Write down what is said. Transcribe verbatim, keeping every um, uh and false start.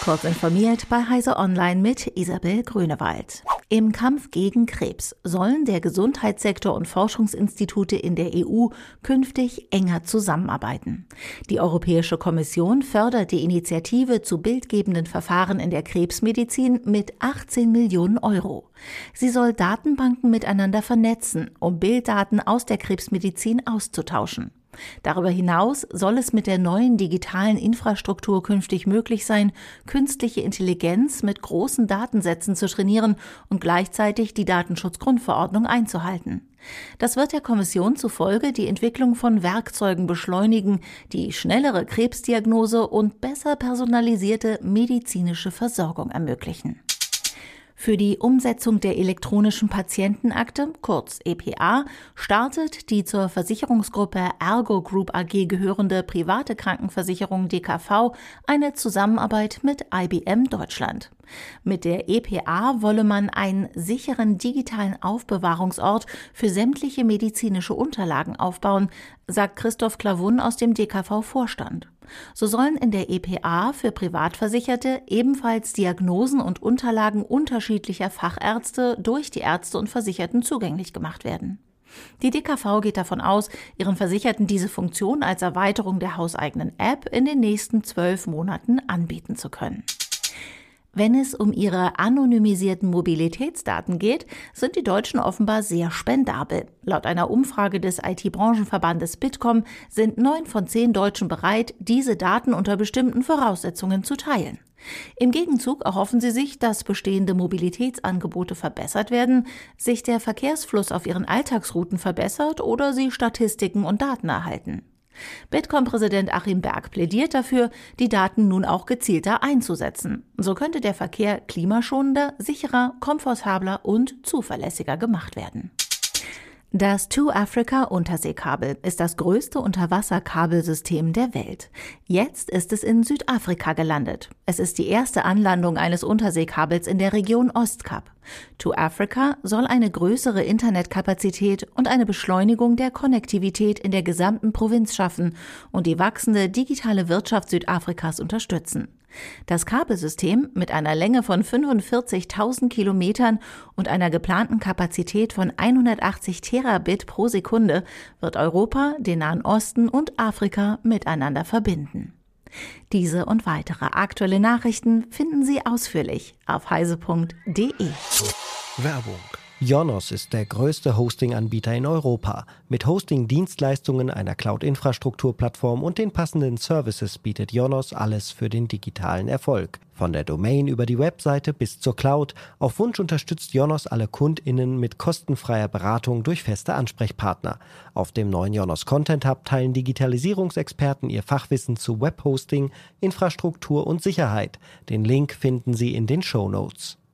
Kurz informiert bei Heise Online mit Isabel Grünewald. Im Kampf gegen Krebs sollen der Gesundheitssektor und Forschungsinstitute in der E U künftig enger zusammenarbeiten. Die Europäische Kommission fördert die Initiative zu bildgebenden Verfahren in der Krebsmedizin mit achtzehn Millionen Euro. Sie soll Datenbanken miteinander vernetzen, um Bilddaten aus der Krebsmedizin auszutauschen. Darüber hinaus soll es mit der neuen digitalen Infrastruktur künftig möglich sein, künstliche Intelligenz mit großen Datensätzen zu trainieren und gleichzeitig die Datenschutzgrundverordnung einzuhalten. Das wird der Kommission zufolge die Entwicklung von Werkzeugen beschleunigen, die schnellere Krebsdiagnose und besser personalisierte medizinische Versorgung ermöglichen. Für die Umsetzung der elektronischen Patientenakte, kurz E P A, startet die zur Versicherungsgruppe Ergo Group A G gehörende private Krankenversicherung D K V eine Zusammenarbeit mit I B M Deutschland. Mit der E P A wolle man einen sicheren digitalen Aufbewahrungsort für sämtliche medizinische Unterlagen aufbauen, sagt Christoph Klavun aus dem D K V-Vorstand. So sollen in der E P A für Privatversicherte ebenfalls Diagnosen und Unterlagen unterschiedlicher Fachärzte durch die Ärzte und Versicherten zugänglich gemacht werden. Die D K V geht davon aus, ihren Versicherten diese Funktion als Erweiterung der hauseigenen App in den nächsten zwölf Monaten anbieten zu können. Wenn es um ihre anonymisierten Mobilitätsdaten geht, sind die Deutschen offenbar sehr spendabel. Laut einer Umfrage des I T-Branchenverbandes Bitkom sind neun von zehn Deutschen bereit, diese Daten unter bestimmten Voraussetzungen zu teilen. Im Gegenzug erhoffen sie sich, dass bestehende Mobilitätsangebote verbessert werden, sich der Verkehrsfluss auf ihren Alltagsrouten verbessert oder sie Statistiken und Daten erhalten. Bitkom-Präsident Achim Berg plädiert dafür, die Daten nun auch gezielter einzusetzen. So könnte der Verkehr klimaschonender, sicherer, komfortabler und zuverlässiger gemacht werden. Das Two Africa Unterseekabel ist das größte Unterwasserkabelsystem der Welt. Jetzt ist es in Südafrika gelandet. Es ist die erste Anlandung eines Unterseekabels in der Region Ostkap. Two Africa soll eine größere Internetkapazität und eine Beschleunigung der Konnektivität in der gesamten Provinz schaffen und die wachsende digitale Wirtschaft Südafrikas unterstützen. Das Kabelsystem mit einer Länge von fünfundvierzigtausend Kilometern und einer geplanten Kapazität von hundertachtzig Terabit pro Sekunde wird Europa, den Nahen Osten und Afrika miteinander verbinden. Diese und weitere aktuelle Nachrichten finden Sie ausführlich auf heise punkt de. Werbung. Ionos ist der größte Hosting-Anbieter in Europa. Mit Hosting-Dienstleistungen, einer Cloud-Infrastrukturplattform und den passenden Services bietet Ionos alles für den digitalen Erfolg. Von der Domain über die Webseite bis zur Cloud. Auf Wunsch unterstützt Ionos alle KundInnen mit kostenfreier Beratung durch feste Ansprechpartner. Auf dem neuen Ionos Content Hub teilen Digitalisierungsexperten ihr Fachwissen zu Webhosting, Infrastruktur und Sicherheit. Den Link finden Sie in den Shownotes.